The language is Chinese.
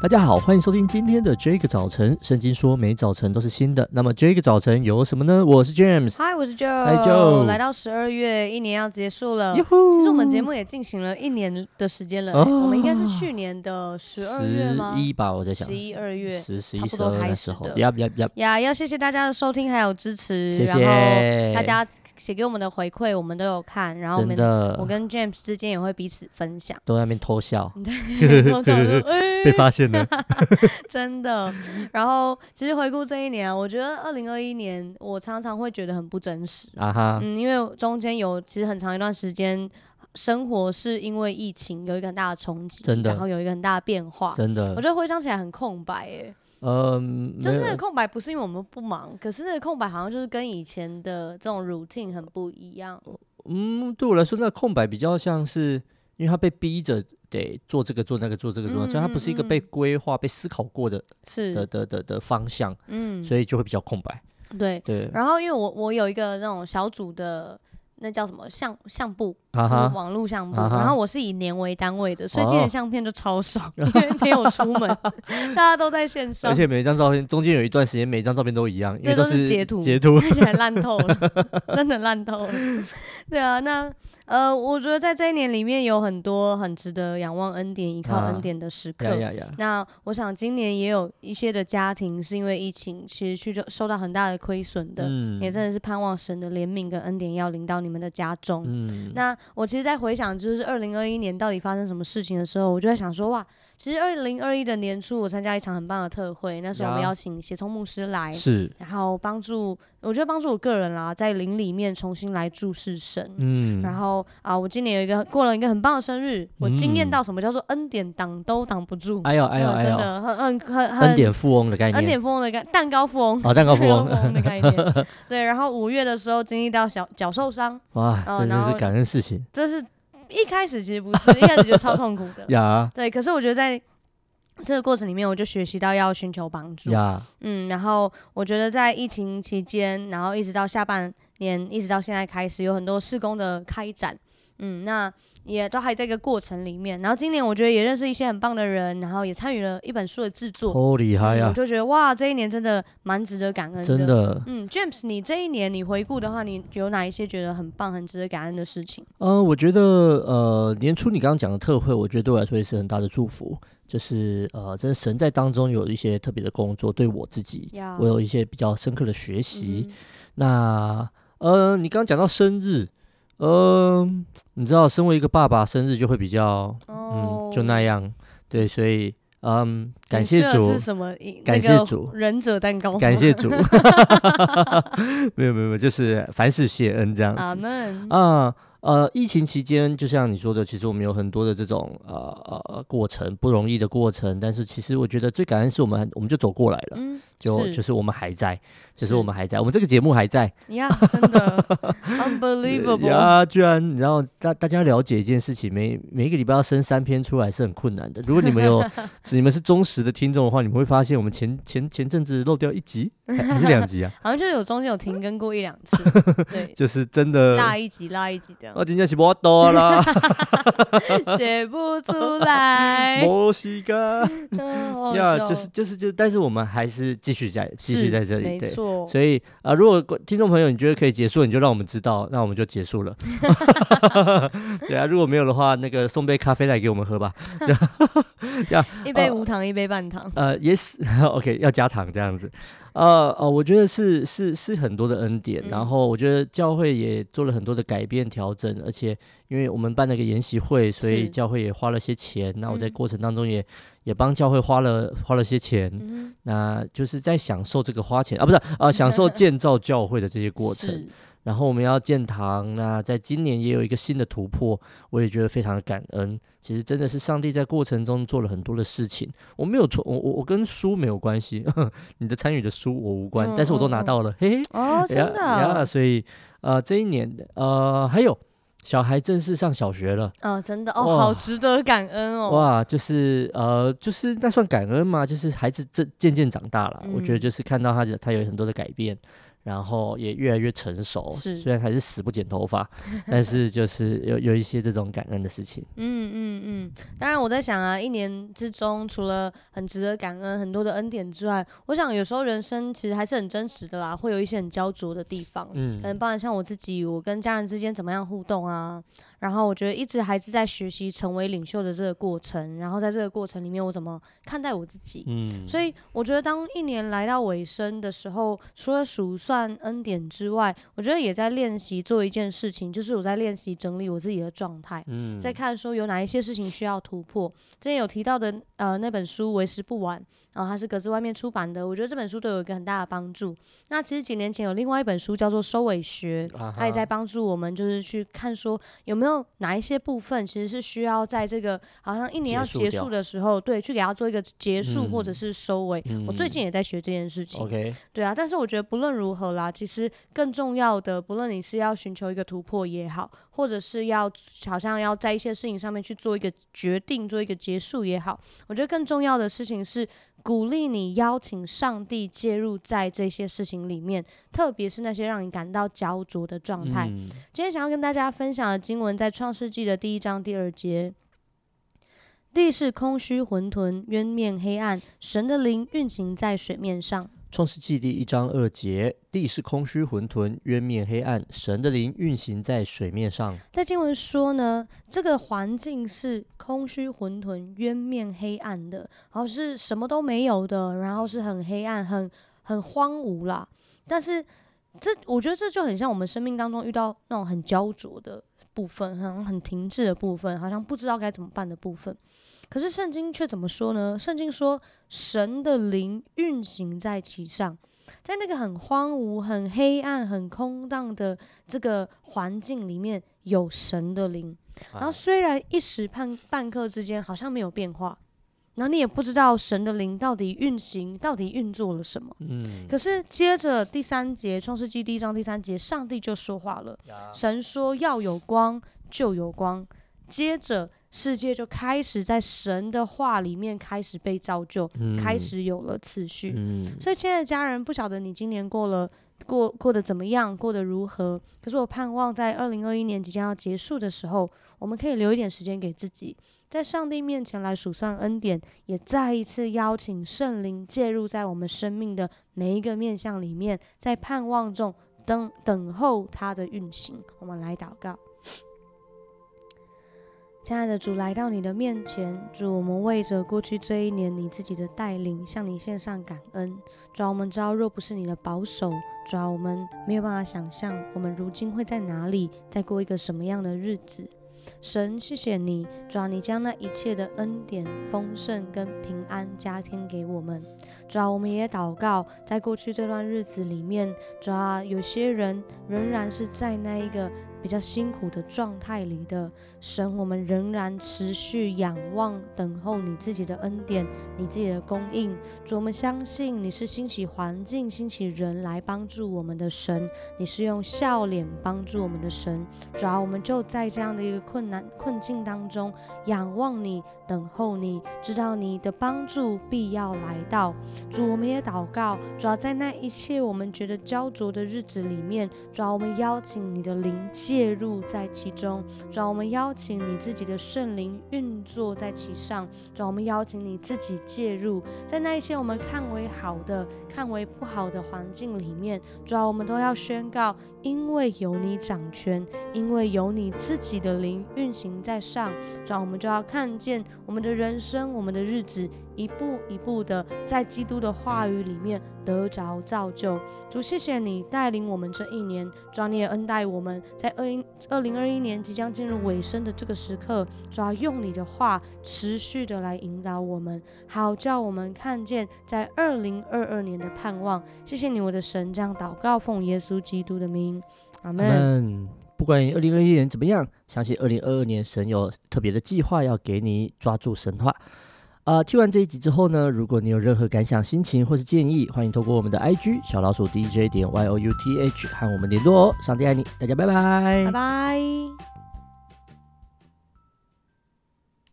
大家好，欢迎收听今天的这个早晨。圣经说每早晨都是新的，那么这个早晨有什么呢？我是 James， 嗨，我是 Hi Joe 来到12月，一年要结束了。 哟呼其实我们节目也进行了1年的时间了、我们应该是去年的12月吗 11吧，我在想 11、2月 10、11、 差不多 12 开始那时候的。要谢谢大家的收听还有支持， 谢谢然后大家写给我们的回馈我们都有看，然后真的我跟 James 之间也会彼此分享。 都在那边偷笑， 我早就被发现了。 真的。然后其实回顾这一年啊，我觉得2021年我常常会觉得很不真实啊哈， 因为中间有其实很长一段时间生活是因为疫情有一个很大的冲击， 真的， 然后有一个很大的变化， 真的， 我觉得回想起来很空白耶。就是那个空白不是因为我们不忙，可是那个空白好像就是跟以前的这种 routine 很不一样。 对我来说，那个空白比较像是，因为他被逼着得做这个做那个做这个做那个，所以他不是一个被规划、被思考过的的方向，所以就会比较空白。 对。然后因为我有一个那种小组的。那叫什么相簿，就是网络相簿，然后我是以年为单位的，所以今年相片就超少，因为没有出门，大家都在线上， 而且每一张照片中间有一段时间，每一张照片都一样，因为都是截图， 看起来烂透了，真的烂透了。对啊，那我觉得在这一年里面有很多很值得仰望恩典、依靠恩典的时刻。那我想今年也有一些的家庭是因为疫情，其实受到很大的亏损的，也真的是盼望神的怜悯跟恩典要临到你们的家中。那我其实在回想就是2021年到底发生什么事情的时候，我就在想说，哇，其实2021的年初我参加一场很棒的特会，那时候我们邀请协聪牧师来， 是， 然后我觉得帮助我个人啦，在灵里面重新来注视神。然后我今年过了一个很棒的生日，我惊艳到什么叫做恩典挡都挡不住。 哎呦， 真的很恩典富翁的概念， 恩典富翁的概念，蛋糕富翁， 蛋糕富翁的概念。对，然后5月的时候经历到脚受伤， 哇，这真是感恩事情。 这是一开始其实不是，一开始觉得超痛苦的呀。 对，可是我觉得在这个过程里面，我就学习到要寻求帮助。然后我觉得在疫情期间，然后一直到下半年，一直到现在开始，有很多事工的开展。那也都还在一个过程里面。然后今年我觉得也认识一些很棒的人，然后也参与了一本书的制作， 好厉害呀！ 我就觉得哇，这一年真的蛮值得感恩的。 真的。 James， 你这一年你回顾的话，你有哪一些觉得很棒、很值得感恩的事情？ 我觉得年初你刚刚讲的特会，我觉得对我来说也是很大的祝福。就是真的神在当中有一些特别的工作，对我自己，我有一些比较深刻的学习。那你刚刚讲到生日。你知道，身为一个爸爸，生日就会比较，就那样，对，所以，感谢主， 是什么？ 感谢主， 忍者蛋糕， 感谢主，没有，就是凡事谢恩这样子。 阿们。 疫情期间，就像你说的，其实我们有很多的这种过程，不容易的过程，但是其实我觉得最感恩是我们就走过来了，就是我们还在，就是我们还在，我们这个节目还在呀，真的 unbelievable 呀！居然你知道大家了解一件事情，每一个礼拜要生3篇出来是很困难的。如果你们你们是忠实的听众的话，你们会发现我们前阵子漏掉1集还是2集啊？ 好像就中间有停更过1-2次，对， 就是真的落一集这样。 我真的是没多啦， 写不出来， 没时间呀，就是，但是我们还是继续在这里， 没错。 所以如果听众朋友你觉得可以结束，你就让我们知道，那我们就结束了。对啊，如果没有的话，那个送杯咖啡来给我们喝吧。 一杯无糖，一杯半糖。 yes， OK， 要加糖这样子。我觉得是很多的恩典，然后我觉得教会也做了很多的改变调整，而且因为我们办了个研习会，所以教会也花了些钱。那我在过程当中也帮教会花了些钱，那就是在享受这个花钱不是享受建造教会的这些过程。然后我们要建堂，那在今年也有一个新的突破，我也觉得非常的感恩。其实真的是上帝在过程中做了很多的事情，我没有错，我跟书没有关系，你的参与的书我无关，但是我都拿到了，嘿嘿， 真的所以这一年还有小孩正式上小学了， 真的好值得感恩哦。 哇，就是那算感恩吗？就是孩子渐渐长大了，我觉得就是看到他有很多的改变。 然后也越来越成熟，虽然还是死不剪头发，但是就是有一些这种感恩的事情。 当然我在想啊，一年之中除了很值得感恩很多的恩典之外，我想有时候人生其实还是很真实的啦，会有一些很焦灼的地方，可能包含像我自己，我跟家人之间怎么样互动啊，然后我觉得一直还是在学习成为领袖的这个过程，然后在这个过程里面我怎么看待我自己，所以我觉得当一年来到尾声的时候，除了数算恩典之外，我觉得也在练习做一件事情，就是我在练习整理我自己的状态，在看说有哪一些事情需要突破。之前有提到的那本书为时不晚，然后它是格子外面出版的，我觉得这本书对我有一个很大的帮助。那其实几年前有另外一本书叫做收尾学，它也在帮助我们就是去看说有没有哪一些部分其实是需要在这个好像一年要结束的时候，对，去给它做一个结束或者是收尾。我最近也在学这件事情，对啊，但是我觉得不论如何啦，其实更重要的，不论你是要寻求一个突破也好，或者是好像要在一些事情上面去做一个决定，做一个结束也好，我觉得更重要的事情是鼓励你邀请上帝介入在这些事情里面，特别是那些让你感到焦灼的状态。今天想要跟大家分享的经文在创世纪的第1章第2节，地是空虚混沌，渊面黑暗，神的灵运行在水面上。 创世纪第1章2节，地是空虚混沌，渊面黑暗，神的灵运行在水面上。 在经文说呢，这个环境是空虚混沌、渊面黑暗的，然后是什么都没有的，然后是很黑暗、很荒芜啦。但是我觉得这就很像我们生命当中遇到那种很焦灼的部分，好像很停滞的部分，好像不知道该怎么办的部分。可是圣经却怎么说呢？圣经说神的灵运行在其上，在那个很荒芜、很黑暗、很空荡的这个环境里面有神的灵，然后虽然一时半刻之间好像没有变化，然后你也不知道神的灵到底运作了什么，可是接着第3节，创世纪第1章第3节，上帝就说话了，神说要有光就有光，接着世界就开始在神的话里面开始被造就，开始有了次序。所以亲爱的家人，不晓得你今年过得怎么样，过得如何，可是我盼望在2021年即将要结束的时候，我们可以留一点时间给自己，在上帝面前来数算恩典，也再一次邀请圣灵介入在我们生命的每一个面向里面，在盼望中等候他的运行。我们来祷告。亲爱的主，来到你的面前，主，我们为着过去这一年你自己的带领向你献上感恩。主，我们知道若不是你的保守，主，我们没有办法想象我们如今会在哪里，再过一个什么样的日子。神，谢谢你，主，你将那一切的恩典、丰盛跟平安加添给我们。主，我们也祷告，在过去这段日子里面，主，有些人仍然是在那一个比较辛苦的状态里的，神，我们仍然持续仰望等候你自己的恩典，你自己的供应。主，我们相信你是兴起环境兴起人来帮助我们的神，你是用笑脸帮助我们的神。主，我们就在这样的一个困境当中仰望你，等候你，知道你的帮助必要来到。主，我们也祷告，主，在那一切我们觉得焦灼的日子里面，主，我们邀请你的灵介入在其中，主，我们邀请你自己的圣灵运作在其上，主，我们邀请你自己介入在那一些我们看为好的看为不好的环境里面，主，我们都要宣告，因为有你掌权，因为有你自己的灵运行在上，主，我们就要看见我们的人生，我们的日子一步一步的在基督的话语里面得着造就。主，谢谢你带领我们这一年，主，你也恩待我们在2021年即将进入尾声的这个时刻，主，用你的话持续的来引导我们，好叫我们看见在2022年的盼望。谢谢你，我的神，这样祷告奉耶稣基督的名，阿们。 不管2021年怎么样，相信2022年神有特别的计划要给你，抓住神话。听完这一集之后呢，如果你有任何感想、心情或是建议，欢迎透过我们的 IG 小老鼠 DJ.YOUTH 和我们联络哦。上帝爱你，大家拜拜， 拜拜。